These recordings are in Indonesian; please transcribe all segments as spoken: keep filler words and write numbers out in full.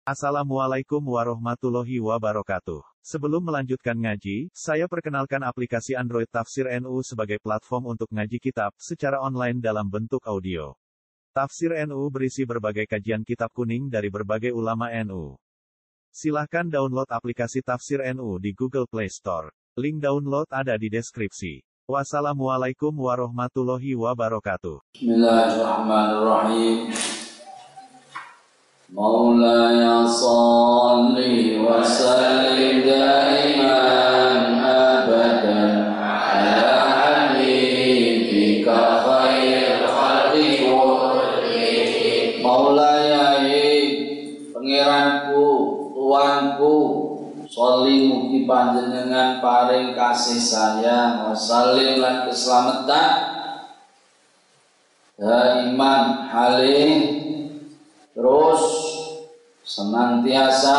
Assalamualaikum warahmatullahi wabarakatuh. Sebelum melanjutkan ngaji, saya perkenalkan aplikasi Android Tafsir N U sebagai platform untuk ngaji kitab secara online dalam bentuk audio. Tafsir N U berisi berbagai kajian kitab kuning dari berbagai ulama N U. Silahkan download aplikasi Tafsir N U di Google Play Store. Link download ada di deskripsi. Wassalamualaikum warahmatullahi wabarakatuh. Bismillahirrahmanirrahim. Maulaya salli wa sallim daiman abadan ala habibika khairil khalqi kullihim. Maulaya pangeranku, tuanku, sholli mugi panjenengan paring kasih sayang wa sallim lan keselamatan daiman halim terus senantiasa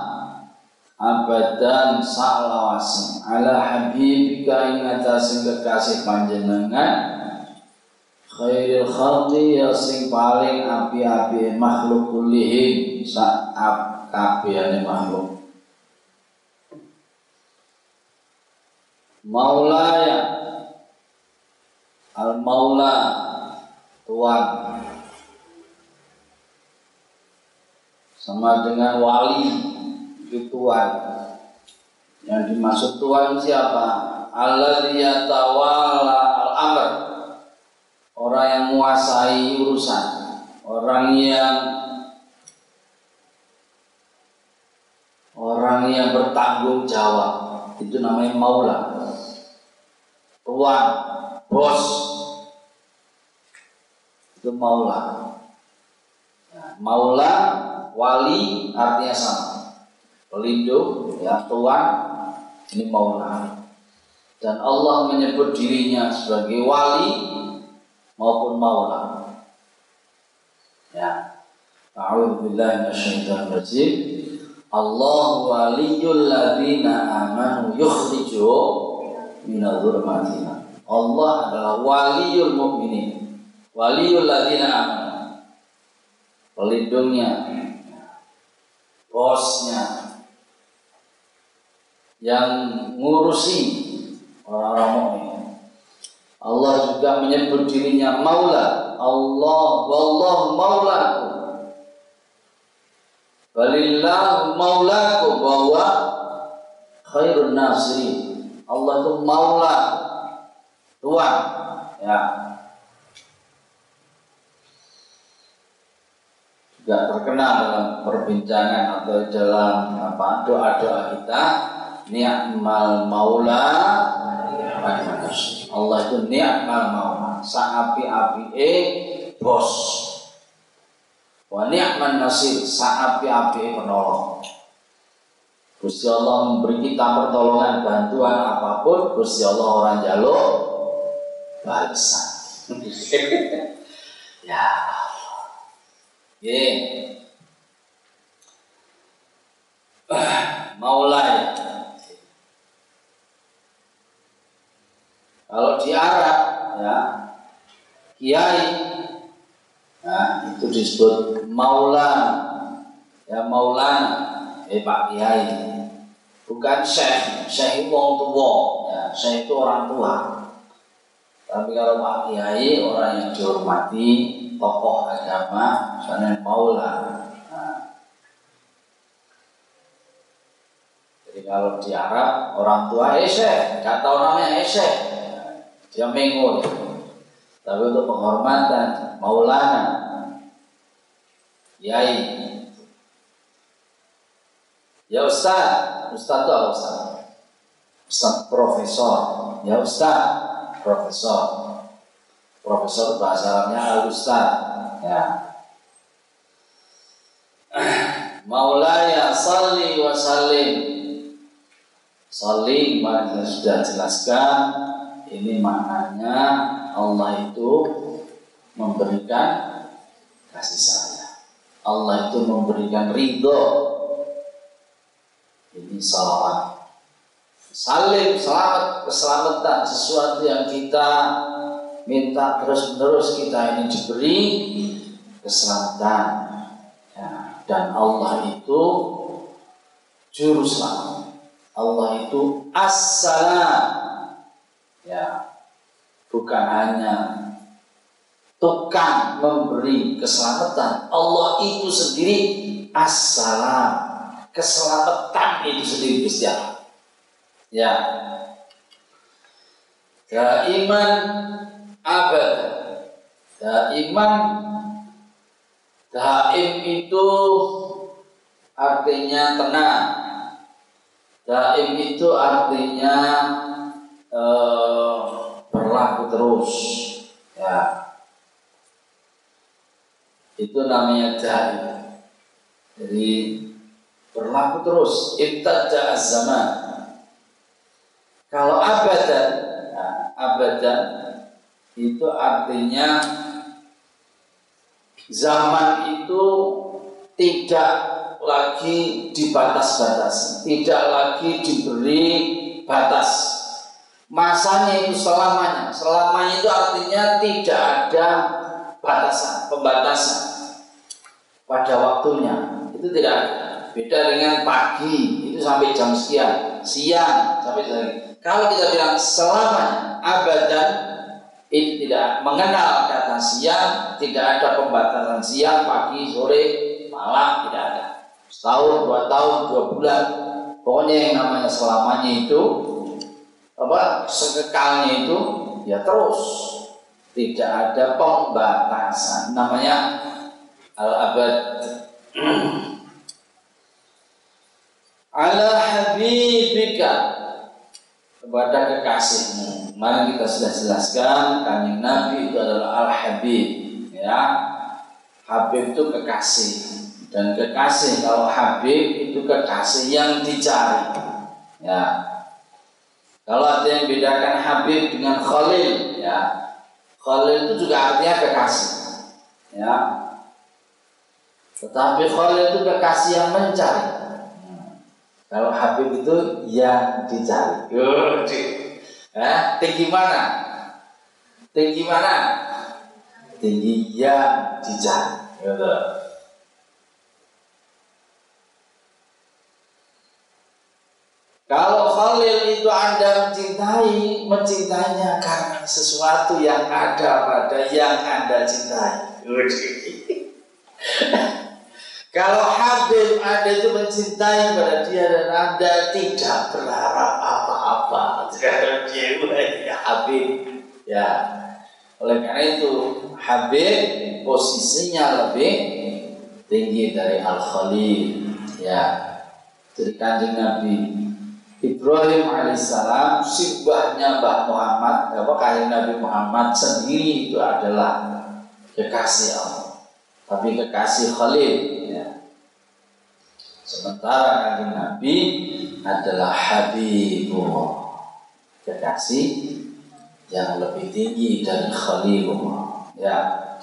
abadan salawasi ala habibika ing atase kekasih panjenengan khairil khalqi ya sing paling api-api makhluk kullihim sak kabehane makhluk. Maulaya al maula tuan sama dengan wali itu tuan. Yang dimaksud tuan siapa? Alladzi yatawalla al-amr, orang yang menguasai urusan, orang yang orang yang bertanggung jawab, itu namanya maula. Tuan, bos, itu maula. Nah, maula, wali artinya sama, pelindung, ya, tuan, ini maula. Dan Allah menyebut dirinya sebagai wali maupun maula. Ya, a'udzubillahi minasyaitonir rajim. Allah waliyul ladzina amanu yukhrijuhum minadh dhulumati. Allah adalah waliyul mukminin, waliyul ladzina amanu, pelindungnya, bosnya, yang ngurusi orang-orang mukmin. Allah juga menyebut dirinya maula. Allah wallahu maulakum. Walillahu maulakum wa huwa khairun nasirin. Allah itu maula, tuan, ya. Juga terkenal dalam perbincangan atau dalam apa doa-doa kita, ni'mal maula Allah itu ni'mal maula, saapi-api bos, wa ni'man nasir, saapi-api penolong. Gusti Allah memberi kita pertolongan, bantuan apapun, Gusti Allah orang jaluk balasan. Ya yeah. Maulai. Kalau di Arab, ya, kiai, nah, itu disebut maulana, ya, maulana, eh Pak Kiai, bukan syekh. Syekh itu orang tua, ya, syekh itu orang tua. Tapi kalau Pak Kiai orang yang dihormati, tokoh agama, misalnya maula. Nah, jadi kalau di Arab orang tua eh syekh, nggak tahu namanya eh syekh, dia mengol. Tapi untuk penghormatan maulana, yai, ya ustaz, ustaz itu apa ustaz? Ustaz profesor, ya ustaz profesor. Profesor bahasa Arabnya al-ustaz, ya. Maulaya salli wa sallim. Salli, mari kita sudah jelaskan, ini maknanya Allah itu memberikan kasih sayang. Allah itu memberikan ridho. Ini salawat. Salim, selamat, keselamatan, sesuatu yang kita minta terus-menerus kita ini diberi keselamatan, ya, Dan Allah itu juru selamat. Allah itu as-salam. Ya, bukan hanya tukang memberi keselamatan. Allah itu sendiri as-salam. Keselamatan itu sendiri Gusti Allah. Ya. Daiman abad. Daiman, daim itu artinya tenang. Daim itu artinya eh, berlaku terus. Ya. Itu namanya daim. Jadi berlaku terus. Ibtada az-zaman. Kalau abadan, nah, abadan itu artinya zaman itu tidak lagi dibatas-batasi, tidak lagi diberi batas. Masanya itu selamanya. Selamanya itu artinya tidak ada batasan, pembatasan pada waktunya. Itu tidak ada. Beda dengan pagi, itu sampai jam sekian, siang sampai jam. Kalau kita bilang selamanya, abadan, itu tidak mengenal kata siang, tidak ada pembatasan siang, pagi, sore, malam, tidak ada. Setahun, dua tahun, dua bulan, pokoknya yang namanya selamanya itu, apa, sekekalnya itu, ya terus, tidak ada pembatasan. Namanya al-abad. Ala habibika, kepada kekasihmu. Kemarin kita sudah jelaskan Kanjeng Nabi itu adalah al-habib, ya. Habib itu kekasih, dan kekasih kalau habib itu kekasih yang dicari, ya. Kalau ada yang bedakan habib dengan khalil, ya. Khalil itu juga artinya kekasih, ya. Tetapi khalil itu kekasih yang mencari. Kalau habib itu yang dicari. Eh, tinggi mana? Tinggi mana? Tinggi yang dicari. Gitu. Kalau khalil itu Anda mencintai, mencintainya karena sesuatu yang ada pada yang Anda cintai. Kalau habib Anda itu mencintai pada dia dan Anda tidak berharap apa-apa. Sekarang dia ya habib. Ya. Oleh karena itu habib posisinya lebih tinggi dari al-khalil. Ya. Jadi Kanjeng Nabi Ibrahim alaihissalam, sibahnya Mbah Muhammad, apa Kanjeng Nabi Muhammad sendiri itu adalah kekasih Allah, tapi kekasih Khalil. Sementara Kanjeng Nabi adalah Habibullah, kekasih yang lebih tinggi dari Khalilullah. Ya.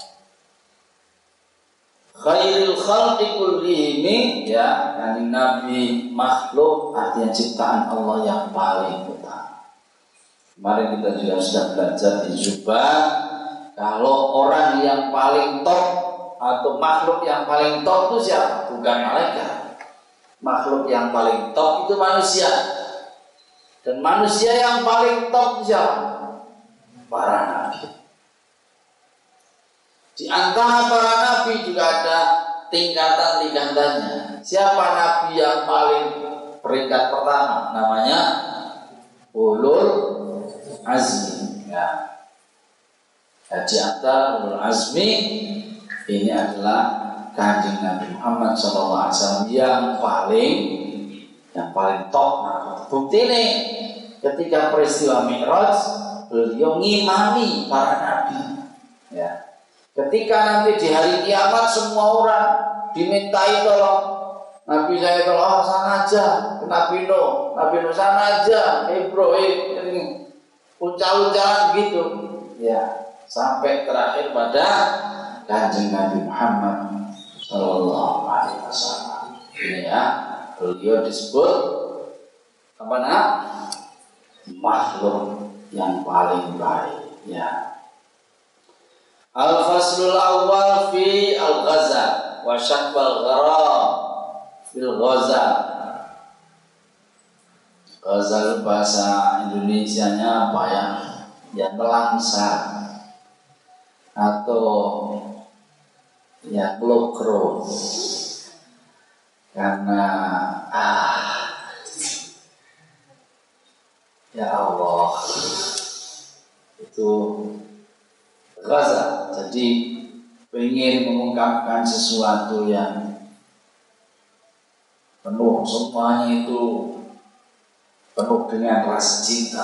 Khairul khalqi kullihim, ya, Kanjeng Nabi makhluk artinya ciptaan Allah yang paling utama. Kemarin kita juga sudah belajar di Zubah, kalau orang yang paling top atau makhluk yang paling top itu siapa? Bukan malaikat. Makhluk yang paling top itu manusia. Dan manusia yang paling top itu siapa? Para nabi. Di antara para nabi juga ada tingkatan-tingkatannya. Siapa nabi yang paling peringkat pertama? Namanya Ulul Azmi, ya. Nah, di antara Ulul Azmi ini adalah Kanjeng Nabi Muhammad shallallahu alaihi wasallam yang paling yang paling top. Nah, bukti nih ketika peristiwa Mi'raj beliau ngimami para nabi, ya. Ketika nanti di hari kiamat semua orang dimintai tolong, Nabi saya tolong, oh, sana aja ke Nabi Nuh, Nabi Nuh sana aja Ibrahim, ini ucal-ucalan gitu, ya, sampai terakhir pada Kanjeng Nabi Muhammad Sallallahu Alaihi Wasallam. Ini ya, beliau disebut apa nak? Makhluk yang paling baik. Ya. Al-faslul awal fi al-ghazal. wa syaqwal gharam fil ghazal. Ghazal bahasa Indonesianya apa ya? Ya nelangsa atau ya blokro, karena ah ya Allah itu ghazal. Jadi ingin mengungkapkan sesuatu yang penuh, semuanya itu penuh dengan rasa cinta.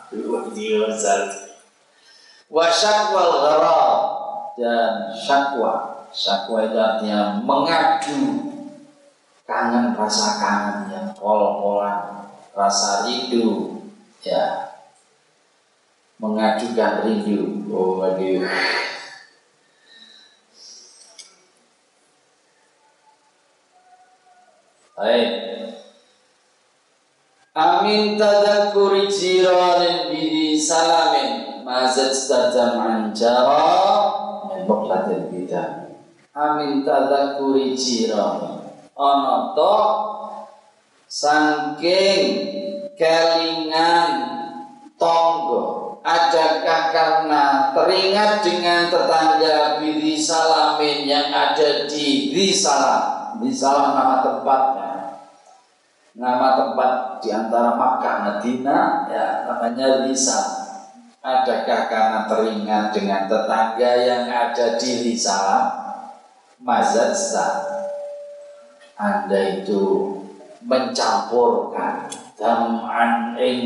Wa syakwal gharam, dan syakwa, syakwa itu artinya mengadu, kangen, rasa kangen yang pol-polan, rasa rindu, ya, mengajukan rindu. Oh waduh. Baik. Amin tadakuri jiranin bidi salamin mazat stajaman jara min buklatil bidah. Amin tadakuri jiranin ana to saking kelingan tonggo, adakah karena teringat dengan tetangga bidi salamin yang ada di Risalah. Risalah nama tempatnya, nama tempat di antara Makkah Madinah, ya, namanya Risalah. Adakah karena teringat dengan tetangga yang ada di Risalah, mazatsa, Anda itu mencampurkan dam'an ing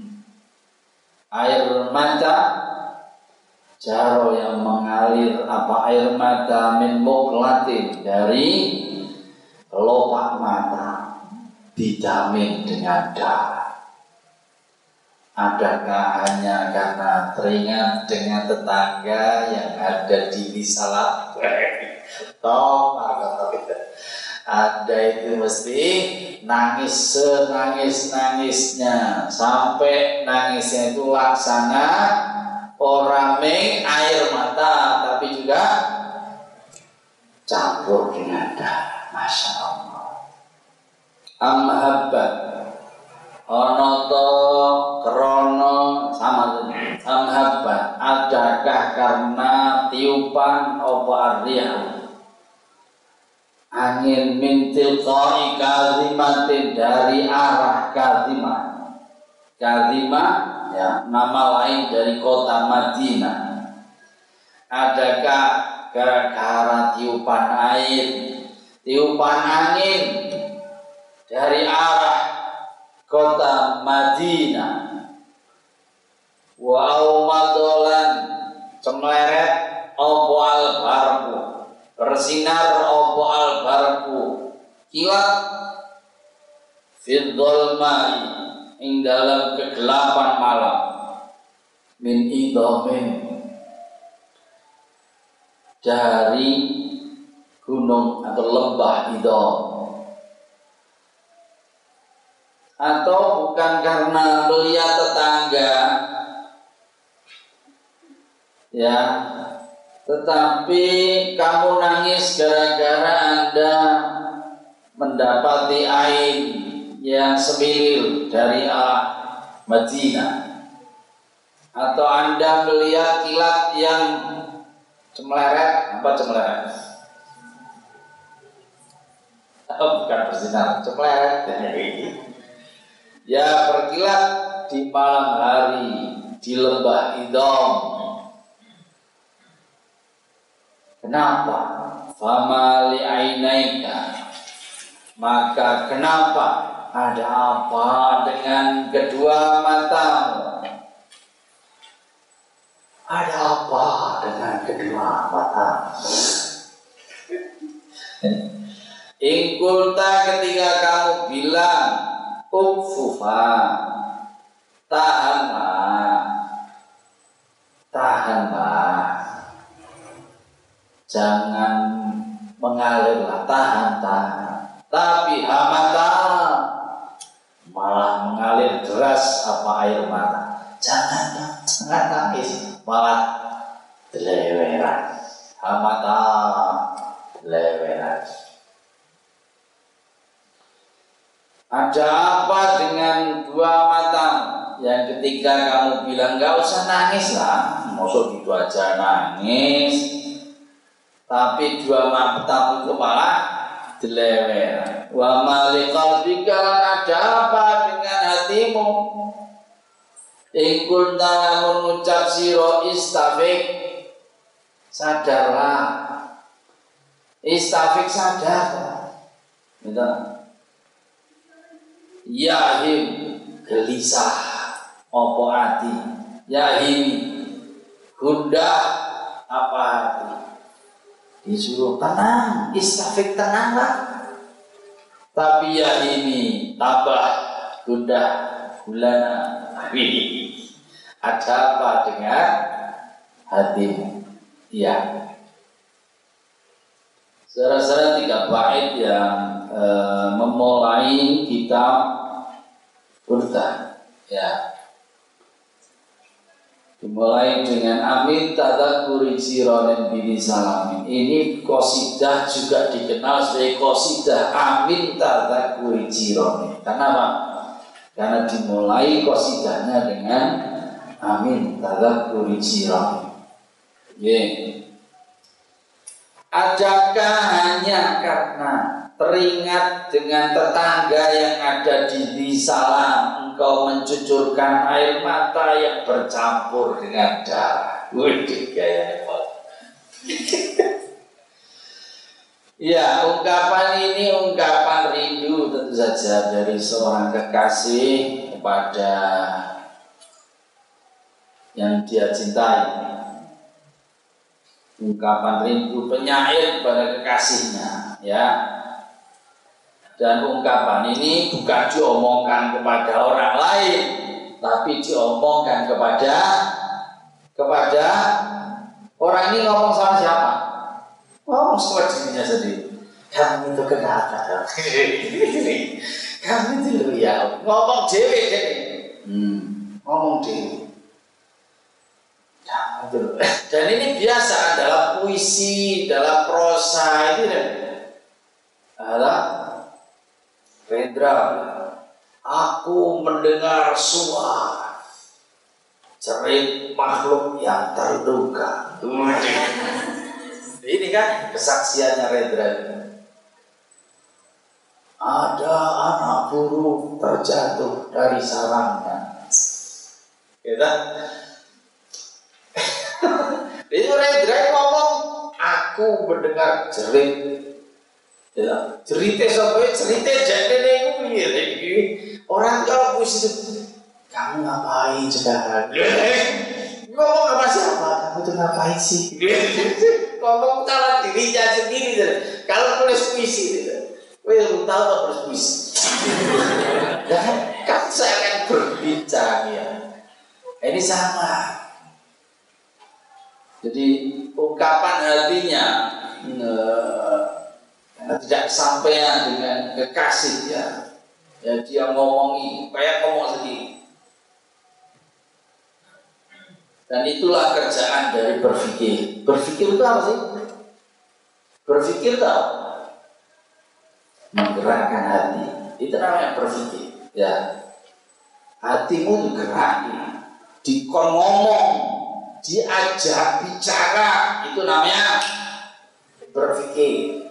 air mata, jaro yang mengalir apa air mata min muklatin dari kelopak mata, dijamin dengan darah. Adakah hanya karena teringat dengan tetangga yang ada di Risalah? Toh, Anda itu mesti nangis senangis-nangisnya, sampai nangisnya itu laksana orame air mata, tapi juga campur dengan darah. Masya Allah. Amhabbat ana to krana sama amhabbat, adakah karena tiupan apa arya angin mintil qai kazimatin dari arah kazimah. Kazimah ya nama lain dari kota Madinah. Adakah gara-gara tiupan air, tiupan angin dari arah kota Madinah, wa aumadolan cemleret opo albarku, bersinar opo albarku, kilat fid dhulmai ing dalam kegelapan malam, min idhamin dari gunung atau lembah Idham. Atau bukan karena melihat tetangga, ya, tetapi kamu nangis gara-gara Anda mendapati air yang semilir dari arah Madinah, atau Anda melihat kilat yang cemleret, apa cemleret? Oh, bukan bersinar, cemleret. Ya, berkilat di malam hari di lembah Idham. Kenapa? Fama li'ainaika, maka kenapa? Ada apa dengan kedua matamu? Ada apa dengan kedua matamu? Ingkulta, ketika kamu bilang ukfufa, tahanlah, tahanlah, jangan mengalirlah, tahan, tahan. Tapi hamata malah mengalir deras apa air mata. Jangan, jangan nangis, malah deleweran. Hamata deleweran. Ada apa dengan dua mata yang ketika kamu bilang gak usah nangis lah, maksud gitu aja nangis, tapi dua matamu itu malah dilewer. Wa malikal bikalan, ada apa dengan hatimu? Ikul dalam mengucap siro istafik, sadarlah. Istafik, sadar. Gitu. Yahim, gelisah opo hati. Yahim, gundah apa hati. Disuruh tenang, istafik, tenanglah. Tapi yahimi tambah gundah gulana. Ada apa dengan hatimu? Ya, saudara-saudara, tiga bait yang e, memulai kitab Burda, ya, dimulai dengan amin tadakuri sironen bini salamin. Ini qasidah juga dikenal sebagai qasidah amin tadakuri sironen. Karena apa? Karena dimulai qasidahnya dengan amin tadakuri sironen. Yeah. Adakah hanya karena teringat dengan tetangga yang ada di salam engkau mencucurkan air mata yang bercampur dengan darah? Wih, gaya hebat. Ya, ungkapan ini ungkapan rindu tentu saja dari seorang kekasih kepada yang dia cintai. Ungkapan rindu penyair kepada kekasihnya, ya. Dan ungkapan ini bukan diomongkan kepada orang lain, tapi diomongkan kepada kepada orang ini. Ngomong sama siapa? Ngomong sama dirinya sendiri. Kamu itu kenapa? Kamu itu ya ngomong dewe dewe. Hmm, ngomong dewe. Dan ini biasa dalam puisi, dalam prosa itu adalah Rendra. Aku mendengar suara cerit makhluk yang terluka. Ini kan kesaksiannya Rendra. Ada anak burung terjatuh dari sarangnya. Kita itu Rendra ngomong, aku mendengar jerit. Ya, cerita sampai cerita jadi ini orang kalau puisi itu, kamu ngapain sekarang? Ngomong sama siapa? Kamu tuh ngapain sih? Ngomong sama dirinya sendiri. Kalau tulis puisi, wih, tahu apa tulis puisi? Kan saya akan berbincang ya. Ini sama. Jadi ungkapan hatinya eh, tidak sampai dengan kekasih ya. Ya dia ngomongi, kayak ngomong sendiri. Dan itulah kerjaan dari berpikir. Berpikir itu apa sih? Berpikir itu apa? Menggerakkan hati. Itu namanya berpikir. Ya, hatimu digerakkan, dikon ngomong, diajak bicara, itu namanya berpikir.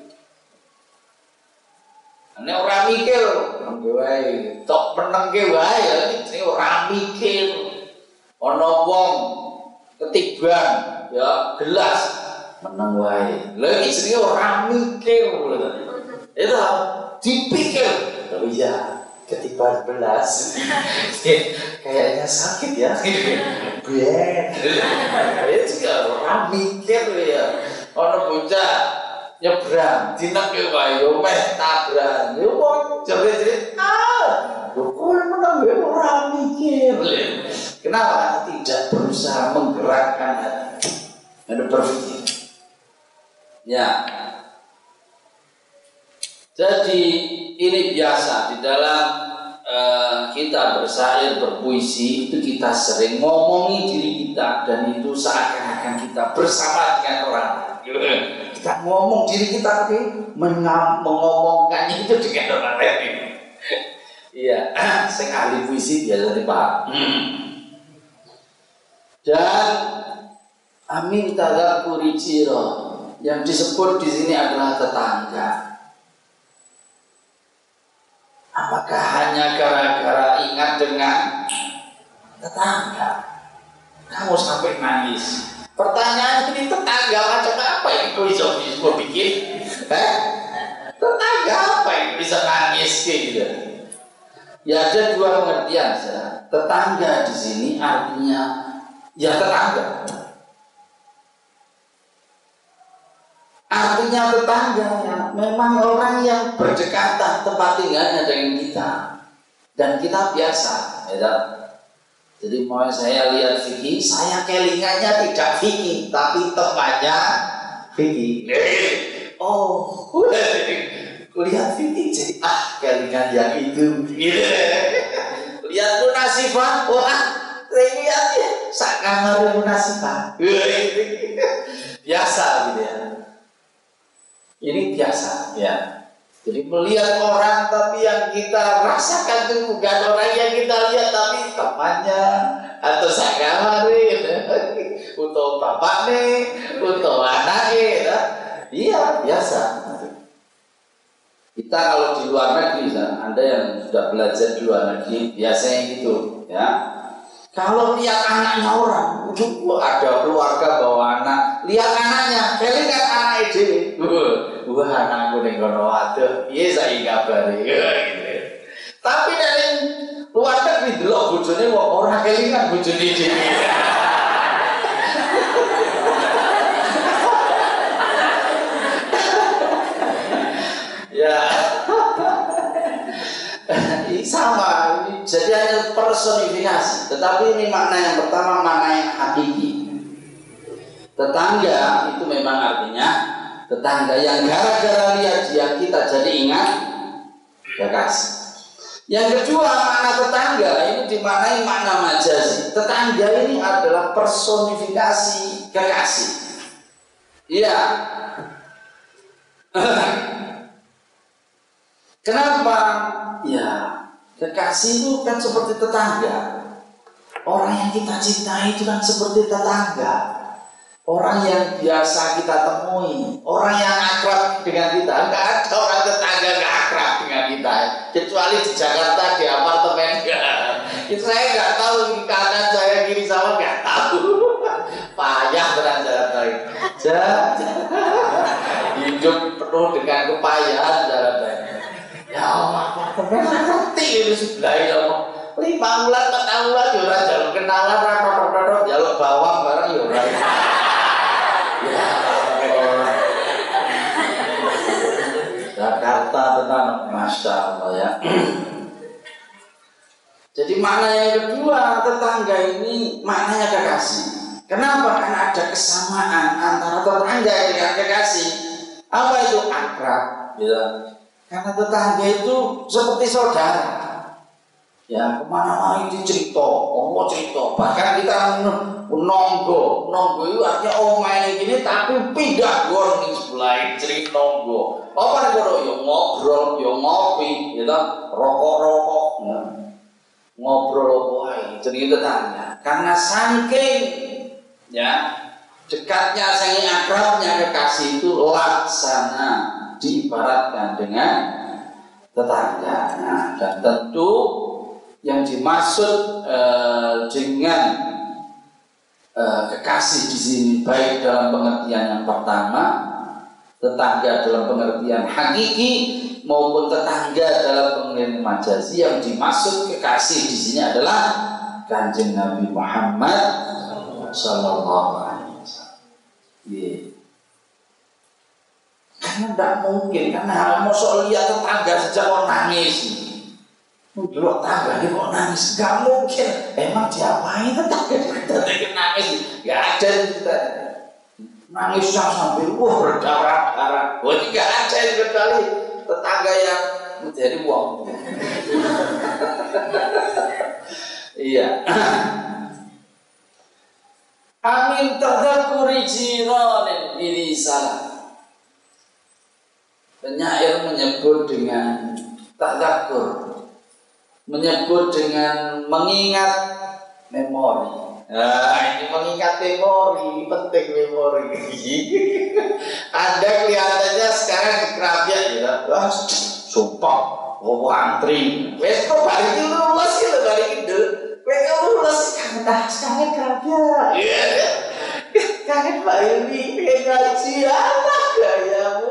Ini orang mikir, wae, tok meneng ke wae, ini orang mikir. Ono wong ketiban, ya gelas meneng wae. Lagi jenenge orang mikir. Itu dipikir. Tapi ya ketiban belas. Kayaknya sakit ya. Biar. Itu juga orang mikir ya. Ono bocah nyebrang, dinek ke wae yo meh tabrak. Yo wong jerit-jerit, ah, kok menang wae ora mikir. Kenapa tidak berusaha menggerakkan hati? Ada berpikir. Ya. Jadi ini biasa di dalam uh, kita bersair, berpuisi itu kita sering ngomongi diri kita dan itu seakan-akan kita bersama dengan orang lain. Kita ngomong diri kita tapi mengomongkan itu dengan orang lain. Iya, sing ahli puisi biasa dipaham. Dan amin tadzakuri jiro, yang disebut di sini adalah tetangga. Apakah hanya gara-gara ingat dengan tetangga kamu sampai nangis? Pertanyaan ini, tetangga macam apa yang kau bisa bikin? Eh? Tetangga apa yang bisa nangis kayak gitu? Ya ada dua pengertian ya. Tetangga di sini artinya ya tetangga. Artinya tetangga ya memang orang yang berdekatan tempat tinggalnya dengan kita dan kita biasa, ya. Jadi mau saya lihat Vicky, saya kelingannya tidak Vicky, tapi temannya Vicky. Oh, lihat Vicky jadi ah kelingan yang itu. Gitu. Lihat Munasifah, wah, lihat ya, sakangar Munasifah. Biasa gitu ya. Ini biasa ya. Jadi melihat orang tapi yang kita rasakan itu bukan orang yang kita lihat tapi temannya atau sakamari untuk bapaknya, untuk anaknya. Iya biasa. Kita kalau di luar negeri, Anda yang sudah belajar di luar negeri biasanya gitu ya. Kalau lihat anaknya orang, ada keluarga bawa anak, lihat anaknya, kelingan anak itu, wah anakku nih kono waduh, iya saya kabari, gitu. Tapi dari luar negeri delok bojone wong ora kelingan bojone dhewe. Ya, ini sama, ini jadi hanya personifikasi. Tetapi ini makna yang pertama, makna yang hakiki. Tetangga itu memang artinya tetangga yang gara-gara lihat dia kita jadi ingat kekasih. Yang kedua makna tetangga ini dimaknai makna majazi. Tetangga ini adalah personifikasi kekasih. Iya. Kenapa? Ya, kekasih itu kan seperti tetangga. Orang yang kita cintai itu kan seperti tetangga. Orang yang biasa kita temui, orang yang akrab dengan kita. Enggak ada orang tetangga enggak akrab dengan kita, kecuali di Jakarta di apartemen. Itu saya enggak tahu di kanan saya kiri sama enggak tahu. Payah benar Jakarta ini. Hidup penuh dengan kepayahan Jakarta. Ya Allah, apartemen ngerti itu sebelah ya Allah. Lima bulan, empat bulan, ya orang jalur kenalan, rata-rata jalur bawang barang ya orang. Ya Allah. Jakarta tenang, Masya Allah ya. Jadi makna yang kedua, tetangga ini maknanya kekasih. Kenapa? Karena ada kesamaan antara tetangga dengan kekasih. Apa itu? Akrab, ya. Karena tetangga itu seperti saudara. Ya, kemana-mana itu cerita, oh cerita. Bahkan kita nonggo, nonggo itu artinya oh main gini tapi pindah gor di sebelah cerita nonggo. Apa nih kalau yang ngobrol, yang ngopi, gitu, rokok-rokok, ya. Ngobrol apa cerita tetangga. Karena saking ya dekatnya, saking akrabnya kekasih itu laksana diibaratkan dengan tetangga. Nah, dan tentu yang dimaksud uh, dengan uh, kekasih di sini baik dalam pengertian yang pertama tetangga dalam pengertian hakiki maupun tetangga dalam pengertian majazi, yang dimaksud kekasih di sini adalah Kanjeng Nabi Muhammad Sallallahu Alaihi Wasallam. Yeah. Karena tidak mungkin, karena mau soal lihat tetangga sejak orang nangis. Dulu tangga dia kok nangis, gak mungkin. Emang diapain tetangga dia nangis? Gak ada cerita. Nangis sampai wah berdarah-darah. Wah ini gak ada kecuali tetangga yang menjadi uang. Iya. Amin tadzakuri jiranin ini salah. Penyair menyebut dengan tadzakur, menyebut dengan mengingat memori. Nah, ini mengingat memori, penting memori. Anda kelihatannya sekarang di Kerapiak gitu. Wah, sumpah, mau antri. Wes kok balik itu lulus gitu, balik itu. Wes kok lulus kangen, ah, kangen Kerapiak. Iya. Kangen Pak Ilmi, pengen ngaji apa gayamu?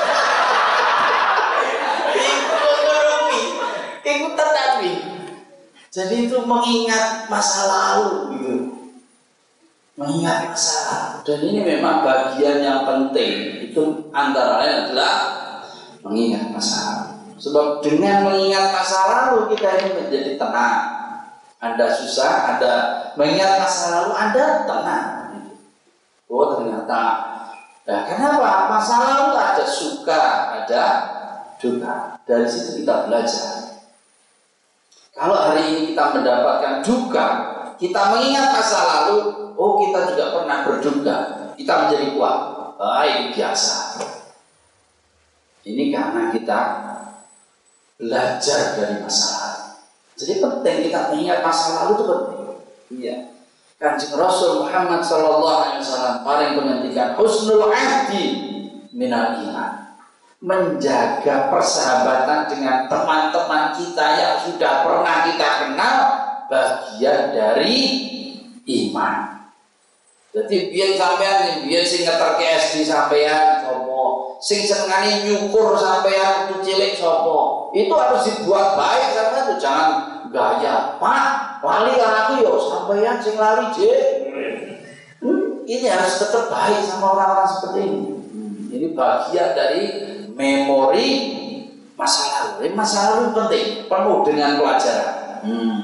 Ikut ngerumi, ikut tetapi. Jadi itu mengingat masa lalu gitu. Mengingat masa lalu. Dan ini memang bagian yang penting. Itu antara lain adalah mengingat masa lalu. Sebab dengan mengingat masa lalu kita ini menjadi tenang. Anda susah, Anda mengingat masa lalu, Anda tenang. Oh ternyata. Nah, kenapa? Masa lalu ada suka, ada duka. Dari situ kita belajar. Kalau hari ini kita mendapatkan duka, kita mengingat masa lalu, oh kita juga pernah berduka, kita menjadi kuat. Ah, ini biasa. Ini karena kita belajar dari masa lalu. Jadi penting kita mengingat masa lalu itu penting. Iya. Kanjeng Rasul Muhammad Sallallahu Alaihi Wasallam paling menghentikan husnul ahdi minal iman. Menjaga persahabatan dengan teman-teman kita yang sudah pernah kita kenal bagian dari iman. Jadi biar sampean biar sing ngeterke S D sampean sopo, sing senengane nyukur sampean waktu cilik sopo. Itu harus dibuat baik sampean tuh, jangan gaya. Pak, lali kan aku yo sampean sing lali, Jek. Hmm, ini harus tetap baik sama orang-orang seperti ini. Hmm, ini bagian dari memori masa lalu. Masa lalu penting, penuh dengan pelajaran. Hmm.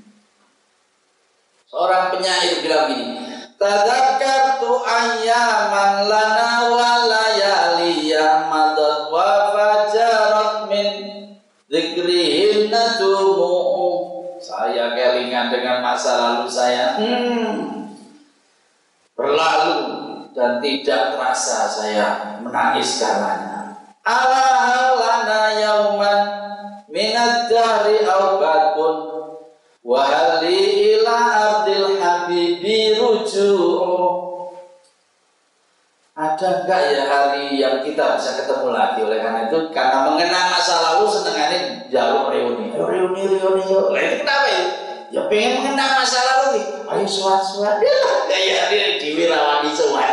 Seorang penyair bilang gini, tadzakartu ayyaman lana wa layaliya madat wa fajarat min dzikrihin nadumu. Saya kelingan dengan masa lalu saya. Hmm. Berlalu dan tidak terasa saya menangis karenanya. Ala lana yauman minad dahri aubatun wa hali ila ardil habibi ruju'u. Ada enggak ya hari yang kita bisa ketemu lagi? Oleh karena itu, karena mengenang masa lalu senengannya jalur reuni. Reuni, reuni, yuk. Lah itu kenapa ya? Ya pengen mengenang masa lalu nih. Ayo suat-suat. Ya dia diwirawani suat.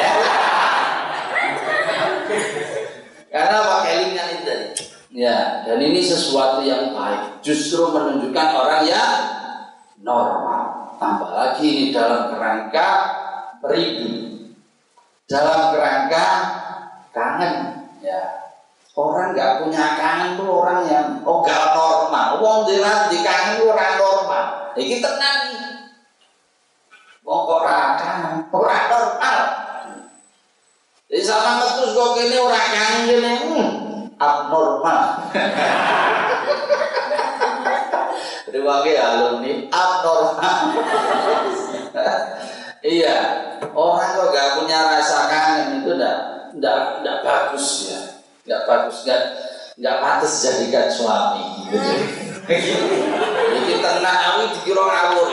Karena pakai lingan itu tadi. Ya, dan ini sesuatu yang baik. Justru menunjukkan orang yang normal. Tambah lagi ini dalam kerangka rindu, dalam kerangka kangen. Ya, orang nggak punya kangen tuh orang yang oh gak normal. Wong dilat di kangen tuh orang normal. Iki tenang nih. Wong kok ora kangen, ora normal. Jadi sama metus kok kene ora kangen kene, hmm, abnormal. Terima kasih alumni abnormal. Iya, orang kok gak punya rasa kangen itu enggak enggak enggak bagus ya. Enggak bagus, enggak enggak pantas jadikan suami gitu. Jadi tenang awi dikira ngawur.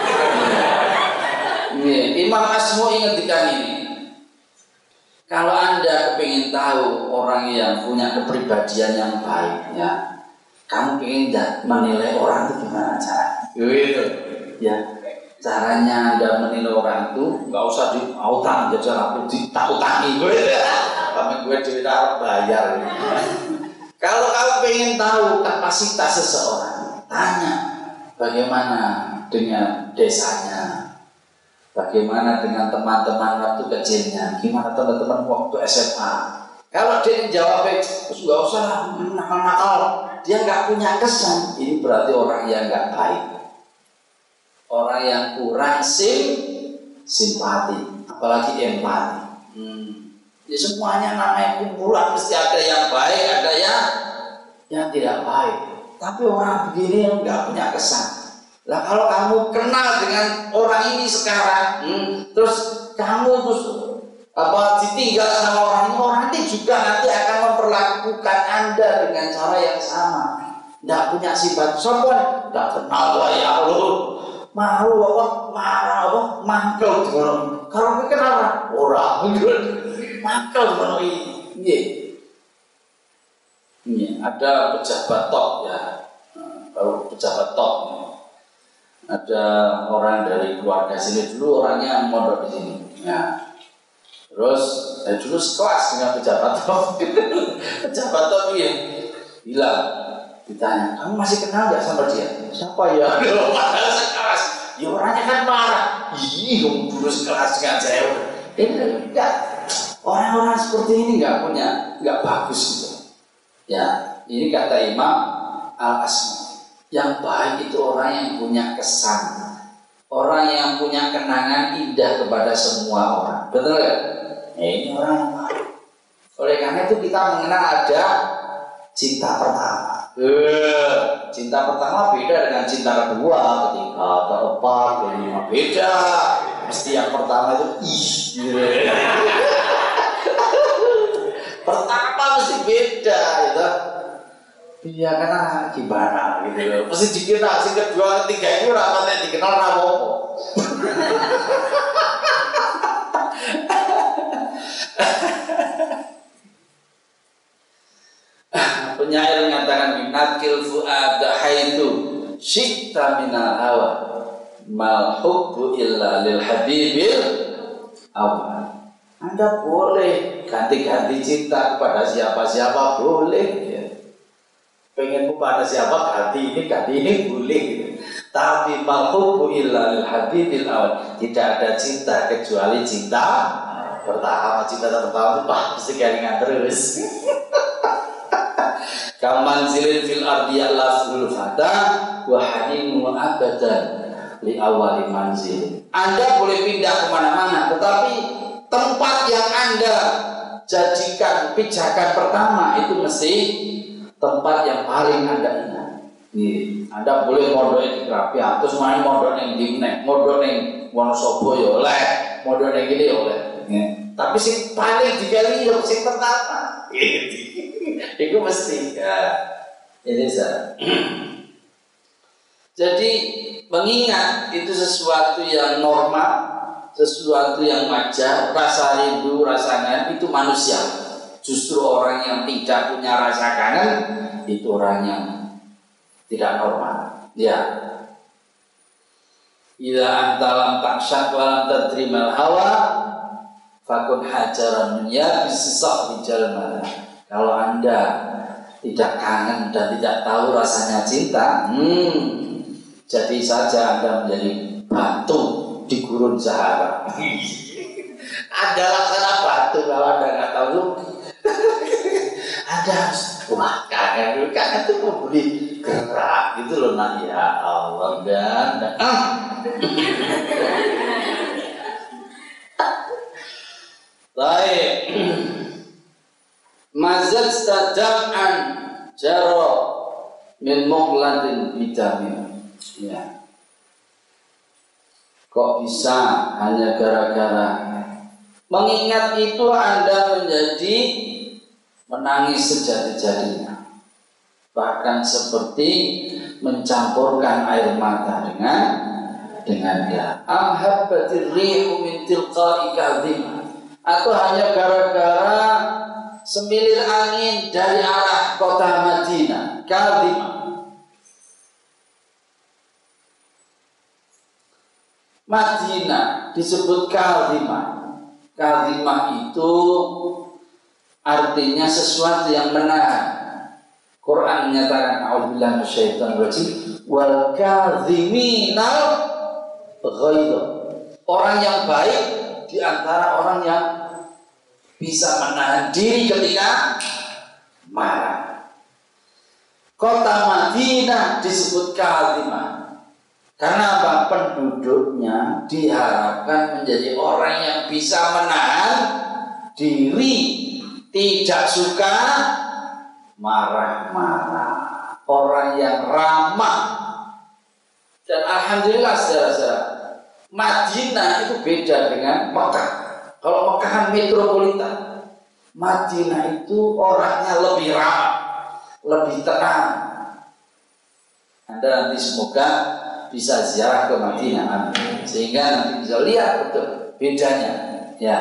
Nih, Imam Asmu'i ngendikan ini. Kalau Anda ingin tahu orang yang punya kepribadian yang baik, ya, kamu ingin menilai orang itu gimana cara? Gitu, ya. Caranya Anda menilai orang itu nggak usah diutang, jadi aku ditakutangi gue, kami gue cerita bayar. Kalau kamu ingin tahu kapasitas seseorang, tanya bagaimana dengan desanya. Bagaimana dengan teman-teman waktu kecilnya? Gimana teman-teman waktu S M A? Kalau dia jawab, terus nggak usah nakal-nakal, dia nggak punya kesan. Ini berarti orang yang nggak baik, orang yang kurang sim, simpati, apalagi empati. Hmm. Ya semuanya namanya kumpulan, mesti ada yang baik, ada yang yang tidak baik. Tapi orang begini yang nggak punya kesan. Lah kalau kamu kenal dengan orang ini sekarang, hmm, terus kamu terus apa ditinggal sama orang ini, orang ini juga nanti akan memperlakukan Anda dengan cara yang sama. tidak punya sifat sopan, tidak kenal ya Allah. Malu apa, marah apa, mangkel dengan kalau kenal orang, mangkel dengan ini. Ini ada pejabat top ya, kalau pejabat top. Ada orang dari keluarga sini dulu orangnya mondok di sini. Ya. Terus saya dulu sekelas dengan pejabat top. Pejabat top ya bilang, ditanya, kamu masih kenal nggak sama dia? Siapa ya? Padahal sekelas. Ya orangnya kan marah. Ih, kamu dulu sekelas dengan saya. Ini enggak. Orang-orang seperti ini nggak punya, nggak bagus gitu. Ya, ini kata Imam Al-Asma. Yang baik itu orang yang punya kesan, orang yang punya kenangan indah kepada semua orang. Betul nggak? Eh, ini orang yang baik. Oleh karena itu kita mengenal ada cinta pertama. Eh, cinta pertama beda dengan cinta kedua, ketiga, keempat, kelima, beda. Mesti yang pertama itu ih. Pertama mesti beda, gitu. Iya karena gimana gitu loh. Mesti dikenal, si kedua, ketiga itu rapatnya dikenal rapopo. Penyair mengatakan binakil fu'ada haitu syi'ta minal hawa mal hubbu illa lil habibil awal. Anda boleh ganti-ganti cinta kepada siapa-siapa boleh ya. Pengen kepada siapa ganti ini ganti ini boleh gitu. Tapi mal hubbu illa lil habibil awal. Tidak ada cinta kecuali cinta pertama. Cinta pertama itu pasti garingan terus. Kaman zilin fil ardiya lafzul fata wa hanimu abadan li awali manzil. Anda boleh pindah kemana-mana, tetapi tempat yang Anda jadikan pijakan pertama itu mesti tempat yang paling Anda ingat. Nih, Anda boleh mondok di Krapiak, terus main mondok yang Dimnek, mondok yang Wonosobo ya oleh, mondok yang gini ya oleh. Tapi sing paling digali yang sing pertama. Itu mesti ya. Ini saya. Jadi mengingat itu sesuatu yang normal, sesuatu yang wajar, rasa rindu, rasa kangen itu manusia. Justru orang yang tidak punya rasa kangen itu orang yang tidak normal. Ya. Ila antalam taksyak walam tadrimal hawa fakun hajaran dunia bisisah bijal mana. Kalau Anda tidak kangen dan tidak tahu rasanya cinta, hmm, jadi saja Anda menjadi batu di gurun Sahara. Anda laksana batu kalau Anda nggak tahu. Anda harus wah kangen, kangen itu memberi gerak gitu loh nak ya Allah dan. dan ah. Baik. Mazat stadam'an jaro min muqladin vitamin. Ya. Kok bisa hanya gara-gara mengingat itu Anda menjadi menangis sejadi-jadinya. Bahkan seperti mencampurkan air mata dengan dengan darah. Amhabbatir rihu min tilqa'i kadhimah. Atau hanya gara-gara semilir angin dari arah kota Madinah, Kadhimah. Madinah disebut Kadhimah. Kadhimah itu artinya sesuatu yang menahan. Quran menyatakan a'udzubillahi minasyaitonir rajim wal kadhiminal ghaidh. Orang yang baik di antara orang yang bisa menahan diri ketika marah. Kota Madinah disebut Kadhimah karena apa? Penduduknya diharapkan menjadi orang yang bisa menahan diri, tidak suka marah-marah, orang yang ramah. Dan alhamdulillah saudara-saudara, Madinah itu beda dengan Mekah. Kalau Mekah kan metropolitan, Madinah itu orangnya lebih ramah, lebih tenang, Anda nanti semoga bisa ziarah ke Madinah, amin. Sehingga nanti bisa lihat betul bedanya, ya.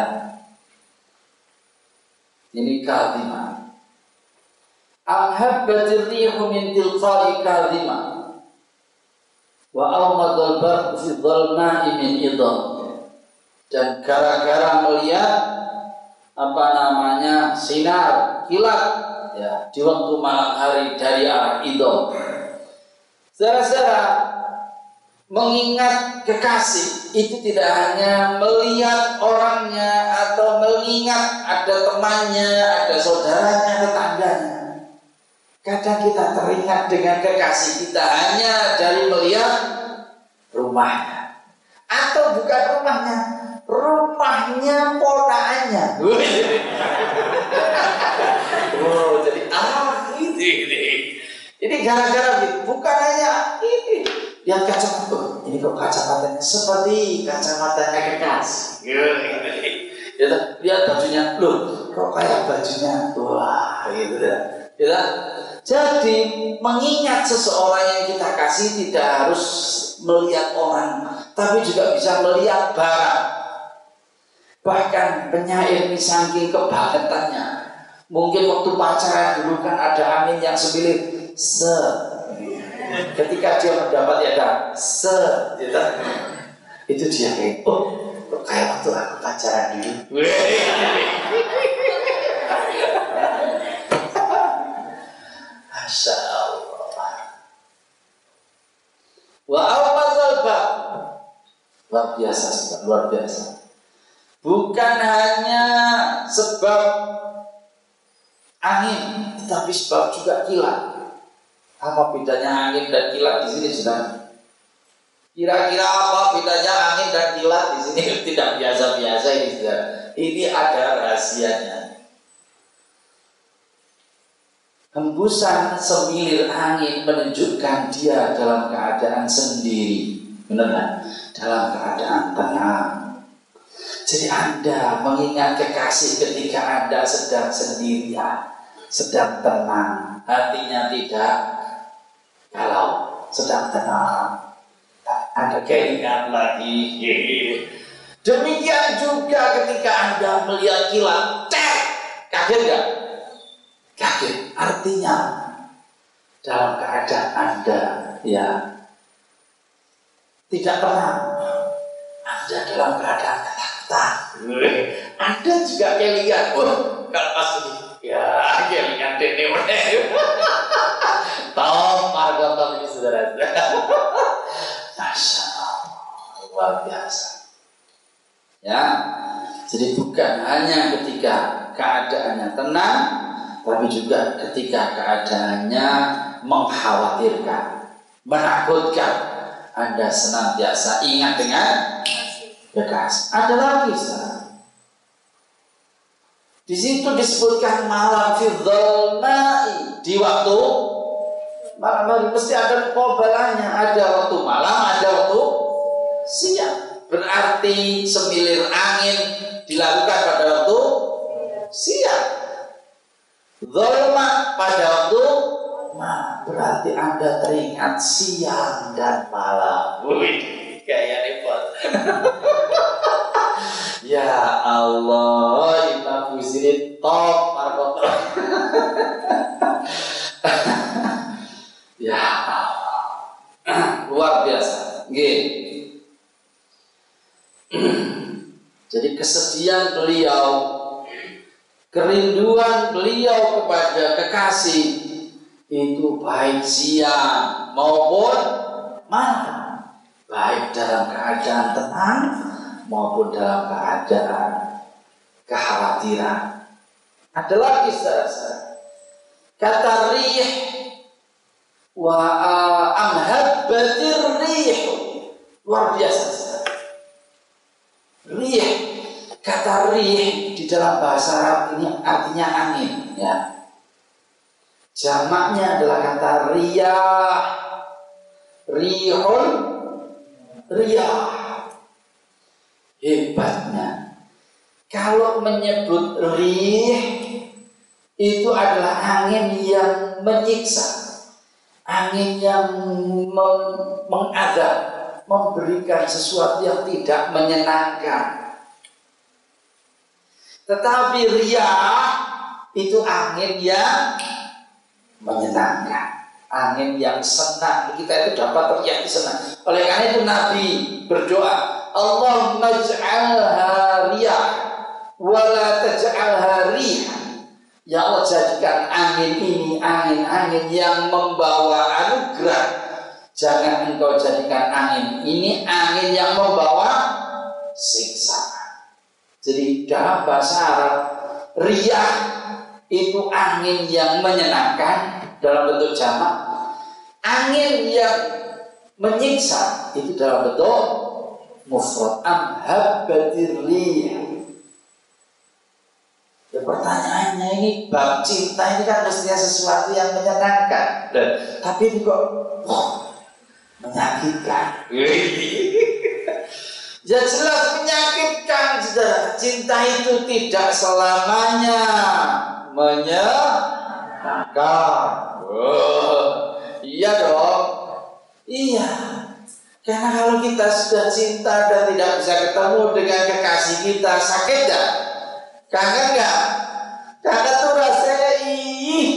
Ini kadhimah. Amhabbatir rihu min tilqa'i kadhimah. Wa awmadul barq fi dhalma'i min idham. Dan gara-gara melihat apa namanya sinar kilat, ya, di waktu malam hari dari arah idham. Saudara-saudara, mengingat kekasih itu tidak hanya melihat orangnya atau mengingat ada temannya, ada saudaranya, tetangganya. Kadang kita teringat dengan kekasih kita hanya dari melihat rumahnya, atau bukan rumahnya, rumahnya ponakannya. Oh, jadi ah ini, ini. Ini gara-gara gitu, bukan hanya ini. Lihat kacamata, ini kok kacamatanya seperti kacamatanya kekasih. Lihat bajunya, loh, kok kayak bajunya, wah, gitu ya. Ya, jadi mengingat seseorang yang kita kasih tidak harus melihat orang, tapi juga bisa melihat barang. Bahkan penyair ini saking kebangetannya, mungkin waktu pacaran dulu kan ada angin yang sembilir, se. Ketika dia mendapat ya ada se, gitu. Itu dia kayak, oh, kok kayak waktu aku pacaran dulu. Masya Allah. Wa awmadzal ba, luar biasa, luar biasa. Bukan hanya sebab angin, tetapi sebab juga kilat. Apa bedanya angin dan kilat di sini, saudara? Kira-kira apa bedanya angin dan kilat di sini? Tidak biasa-biasa ini, saudara. Ini ada rahasianya. Hembusan semilir angin menunjukkan dia dalam keadaan sendiri, benar? Dalam keadaan tenang. Jadi Anda mengingat kekasih ketika Anda sedang sendirian, sedang tenang, hatinya tidak kalau sedang tenang, Anda keingat lagi. Demikian juga ketika Anda melihat kilat, cek, kaget nggak? Kaget. Artinya dalam keadaan Anda ya tidak tenang, Anda dalam keadaan ketakutan. Anda juga lihat, oh, kalau pas ya lihat ini Tom Margotom ini saudara. Masya Allah, luar biasa. Ya, jadi bukan hanya ketika keadaannya tenang, tapi juga ketika keadaannya mengkhawatirkan, menakutkan, Anda senantiasa ingat dengan kekasih. Ada lagi, saudara. Di situ disebutkan malam fi dzalma'i, di waktu malam hari mesti ada kobalannya, ada waktu malam, ada waktu siang. Berarti semilir angin dilakukan pada waktu siang. Dzalma pada waktu malam. Berarti Anda teringat siang dan malam. Wih, kayak repot. Ya Allah, kita pusing top Marco. Ya Allah, luar biasa. Gini. Jadi kesedihan beliau, kerinduan beliau kepada kekasih itu baik siang maupun malam, baik dalam keadaan tenang maupun dalam keadaan kekhawatiran. Ada lagi saudara-saudara, kata rih wa amhabbatir rih, luar biasa saudara. Rih, kata rih di dalam bahasa Arab ini artinya angin, ya. Jamaknya adalah kata riyah, rihun, riyah. Hebatnya, kalau menyebut rih itu adalah angin yang menyiksa, angin yang mengadap, memberikan sesuatu yang tidak menyenangkan. Tetapi riyah itu angin yang menyenangkan, angin yang senang. Kita itu dapat terjadi senang. Oleh karena itu Nabi berdoa, Allahumma ij'alha riyah wa la taj'alha rih. Ya Allah, jadikan angin ini angin-angin yang membawa anugerah. Jangan engkau jadikan angin ini angin yang membawa siksa. Jadi dalam bahasa Arab, riyah itu angin yang menyenangkan dalam bentuk jamak. Angin yang menyiksa itu dalam bentuk mufrad, amhabbatir riyah. Ya, pertanyaannya ini bab cinta ini kan mestinya sesuatu yang menyenangkan, dan tapi ini kok oh, menyakitkan. Ya jelas menyakitkan, saudara. Cinta itu tidak selamanya menyenangkan. Oh, iya dong. Iya. Karena kalau kita sudah cinta dan tidak bisa ketemu dengan kekasih kita, sakit gak? Kangen gak? Kangen tuh rasanya ih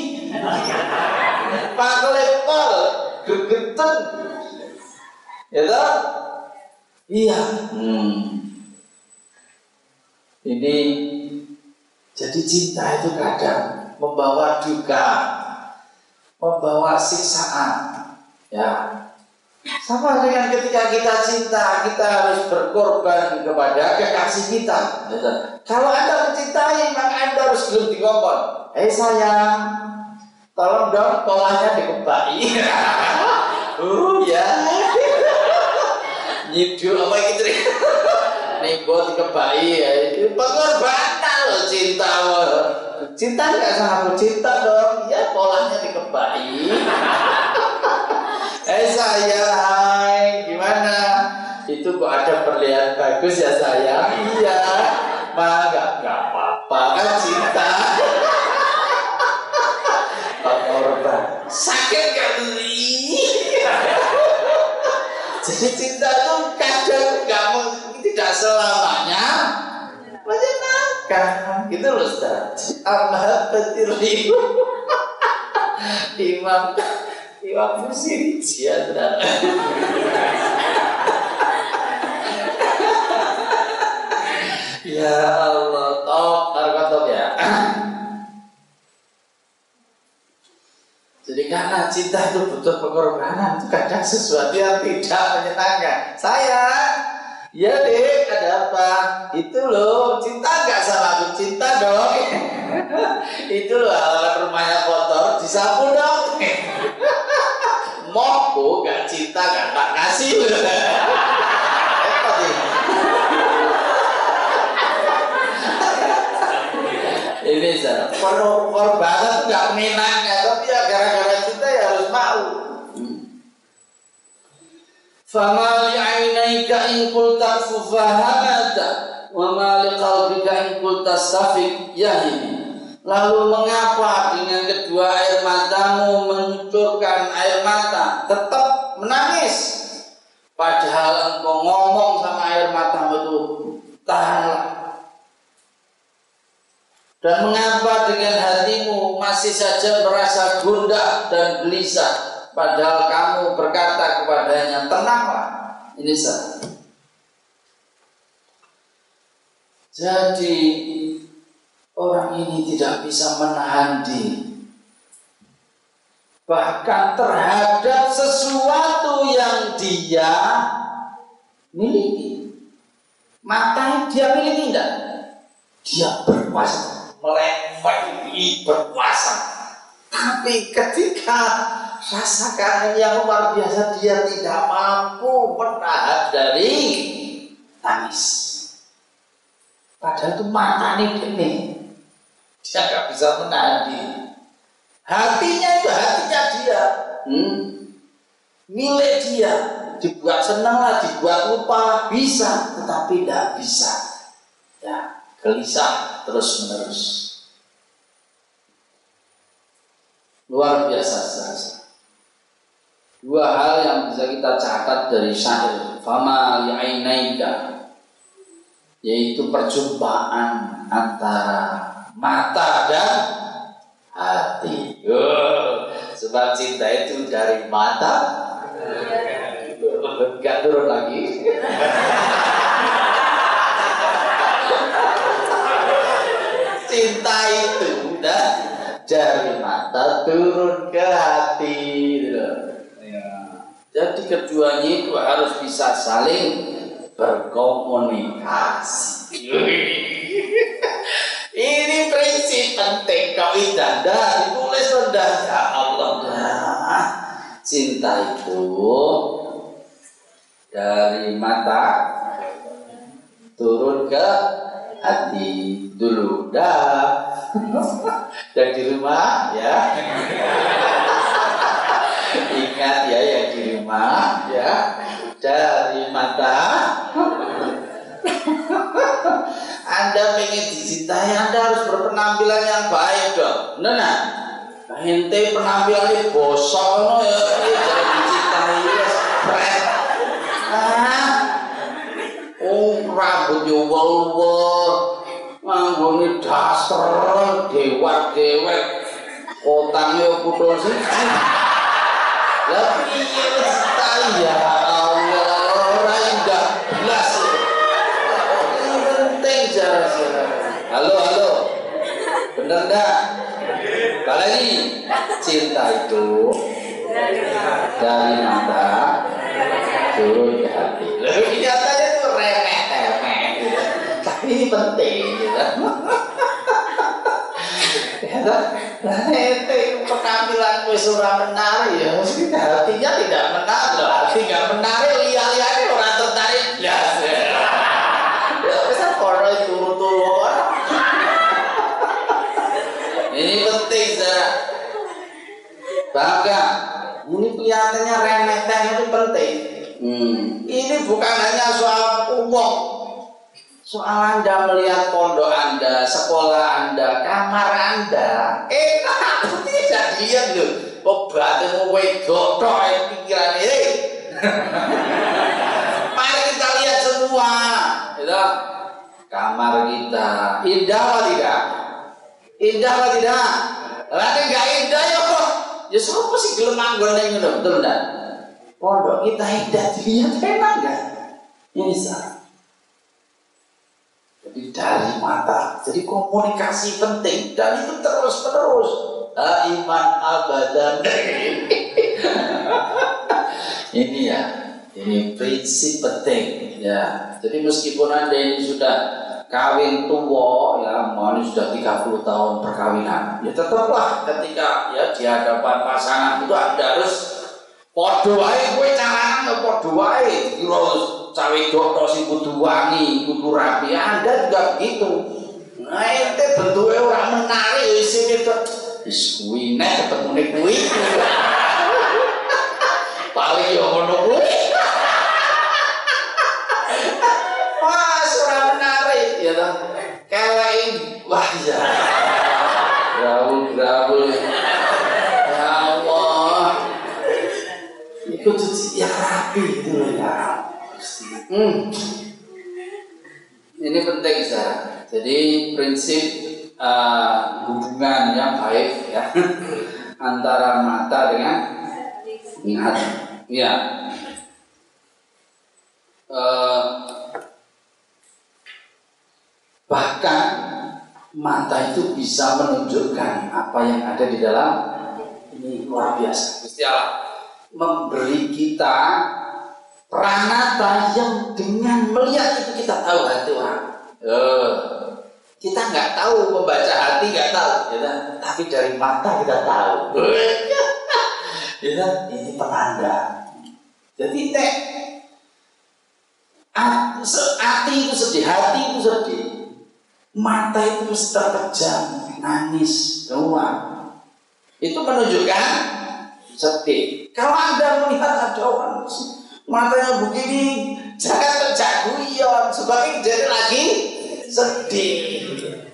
paklepol gegeten. Ya toh? Iya. hmm. Ini jadi cinta itu kadang membawa duka, membawa siksaan. Ya, sama dengan ketika kita cinta, kita harus berkorban kepada kekasih kita. Kalau Anda mencintai, maka Anda harus belum dikongkon. Eh sayang, tolong dong polanya dikebai. Uh ya, nyidu apa gitu. Nih buat dikebai ya, itu pengorbanan loh cinta. Cinta nggak sama cinta dong, ya polanya dikebai. Eh sayang, hai, gimana? Itu kok ada perlihat bagus ya sayang? Iya, mah nggak nggak apa-apa kan cinta. Pengorban, sakit kan? Jadi cinta itu kadang nggak tidak selamanya menyenangkan, gitu loh Ustaz. Amhabatir riyah. Imam Imam Busiri siadra. Ya Allah, top tarkatop ya. Jadi karena cinta itu butuh pengorbanan, itu kadang sesuatu yang tidak menyenangkan. Sayang, ya dek, ada apa? Itu loh, cinta nggak sama aku, cinta dong. Itu loh, alat rumahnya kotor, disapu dong. Moku gak cinta gak tak kasih. Ini sana penuh korban gak menyenangkan, tapi ya gara-gara cinta ya harus mau. Fama li'ainaika in qulta fahamata wa ma liqalbika in qulta stafiq yahini. Lalu mengapa dengan kedua air matamu mengucurkan air mata tetap menangis, padahal engkau ngomong sama air matamu itu tahanlah. Dan mengapa dengan hatimu masih saja merasa gundah dan gelisah, padahal kamu berkata kepadanya tenanglah. Ini sah. Jadi orang ini tidak bisa menahan diri, bahkan terhadap sesuatu yang dia miliki. Mata dia miliki tidak? Dia berkuasa, melebihi berkuasa. Tapi ketika rasa kangen yang luar biasa, dia tidak mampu menahan dari tangis. Padahal itu mata ini, dia nggak bisa menahan diri. Hatinya itu hatinya dia, hmm? milik dia. Dibuat senang lah, dibuat lupa bisa, tetapi tidak bisa. Ya, gelisah terus menerus. Luar biasa, saudara. Dua hal yang bisa kita catat dari syair fama li'ainaika, yaitu perjumpaan antara mata dan hati. Oh, sebab cinta itu dari mata enggak turun lagi. Cinta itu udah dari mata turun ke hati gitu. Jadi keduanya itu harus bisa saling berkomunikasi. Ini prinsip penting kaidah dah ditulis rendah ya Allah. Nah, cinta itu dari mata turun ke hati dulu dah. Dan di rumah ya. Ingat ya yang di rumah ya, dari mata Anda pengen dicintai, Anda harus berpenampilan yang baik dong. Nah, ente penampilannya bosok no ya, jadi dicintai ya spread. Ah, oh rambutnya wol-wol, nganggone daster dewek-dewek, kotangnya putus sih. Lah piye cintai ya Allah, ora indah blas. Ini penting cara-cara. Halo, halo. Bener enggak? Balik cinta itu dari mata turun ke hati. Lebih nyatanya itu remeh-temeh. Tapi ini penting gitu. Nah, itu penampilan wis ora menarik ya, hatinya tidak menarik, hati nggak menarik, lihat-lihatnya orang tertarik, ya, ya, bisa orang turun-turun. Ini penting, Zara. Bangga, ini kelihatannya remeh-temeh itu penting. Hmm. Ini bukan hanya soal umum. Soal Anda melihat pondok Anda, sekolah Anda, kamar Anda, enak, tidak dilihat loh. Obatnya wedok, pikiran ini. Mari kita lihat semua, gitu. Kamar kita indah apa tidak? Indah apa tidak? Nanti nggak indah ya kok? Ya siapa sih gelem anggon yang itu, betul enggak? Pondok kita indah dilihat enak nggak? Ini sah. Jadi dari mata, jadi komunikasi penting dan itu terus menerus. Iman abadan. Ini ya, ini prinsip penting ya. Jadi meskipun Anda ini sudah kawin tua ya, mau ini sudah tiga puluh tahun perkawinan, ya tetaplah ketika ya di hadapan pasangan itu Anda harus podo wae kowe caranan ya podo wae terus cawe dokter sing kudu wangi, kudu rapi. Anda juga begitu. Nah, ente bentuknya orang menarik wis itu. Wis kuwi nek ketemune kuwi. Paling yo ngono kuwi. Wah, ora menarik ya toh. Kelek wah ya. Gaul-gaul. Ya Allah. Ikut ya rapi gitu ya. Hmm. Ini penting Zara. Jadi prinsip uh, hubungan yang baik ya antara mata dengan hati. Ya. Uh, bahkan mata itu bisa menunjukkan apa yang ada di dalam. Ini luar biasa. Gusti Allah memberi kita pranata yang dengan melihat itu kita tahu hati orang. Uh, kita nggak tahu membaca hati, nggak tahu, ya, tapi dari mata kita tahu. Ya, ini penanda. Jadi nek hati itu sedih, hati itu sedih, mata itu mesti terpejam, nangis, keluar. Itu menunjukkan sedih. Kalau Anda melihat ada orang matanya begini, jangan terjaguyon, sebagai jadi lagi sedih.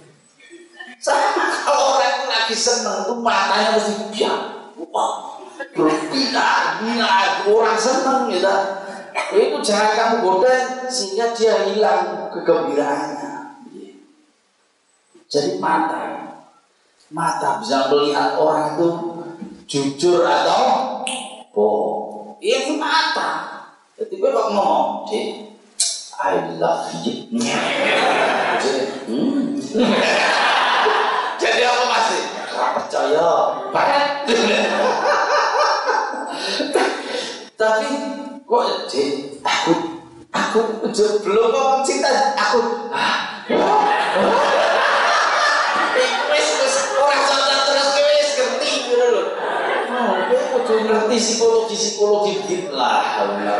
Sama kalau orang itu lagi senang, itu matanya mesti biang. Wah, berpindah-pindah, orang senang gitu. Itu jangan kamu goda sehingga dia hilang kegembiraannya. Jadi mata, mata bisa melihat orang itu jujur atau bohong. Ini mata. Jadi gue kok ngomong, I love you. Hmm. Jadi apa masih? Gak percaya. Tapi kok jadi aku aku belum ngomong cinta aku. Wes wes orang sadar terus wes ngerti gitu loh. Oh, gue udah ngerti psikologi psikologi gitu lah.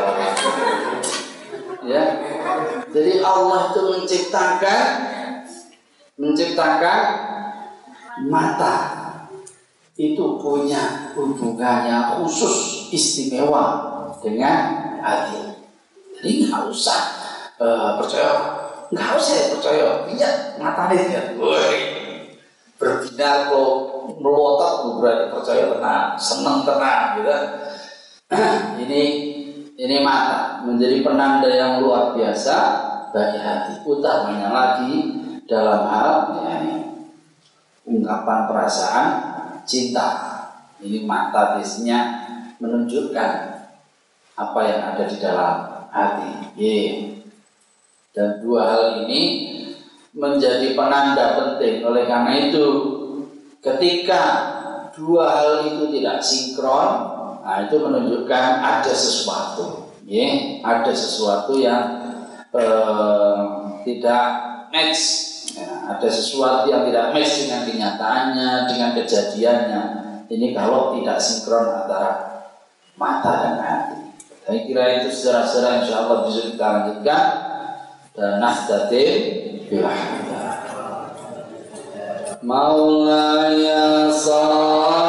Ya, jadi Allah itu menciptakan menciptakan mata itu punya hubungannya khusus istimewa dengan hati. Jadi nggak usah uh, percaya, nggak usah percaya. Lihat matanya dia, berbinar kok melotot berarti percaya tenang, senang tenang, gitu. Ini ini mata menjadi penanda yang luar biasa bagi hati, utamanya lagi dalam hal ya, ungkapan perasaan cinta. Ini mata biasanya menunjukkan apa yang ada di dalam hati. Yeah. Dan dua hal ini menjadi penanda penting. Oleh karena itu, ketika dua hal itu tidak sinkron, nah itu menunjukkan ada sesuatu, ya, ada sesuatu yang eh, tidak match, ya, ada sesuatu yang tidak match dengan kenyataannya, dengan kejadiannya. Ini kalau tidak sinkron antara mata dan hati. Saya kira itu secara-secara insya Allah bisa kita lanjutkan dan nahdatin billah. Maulaya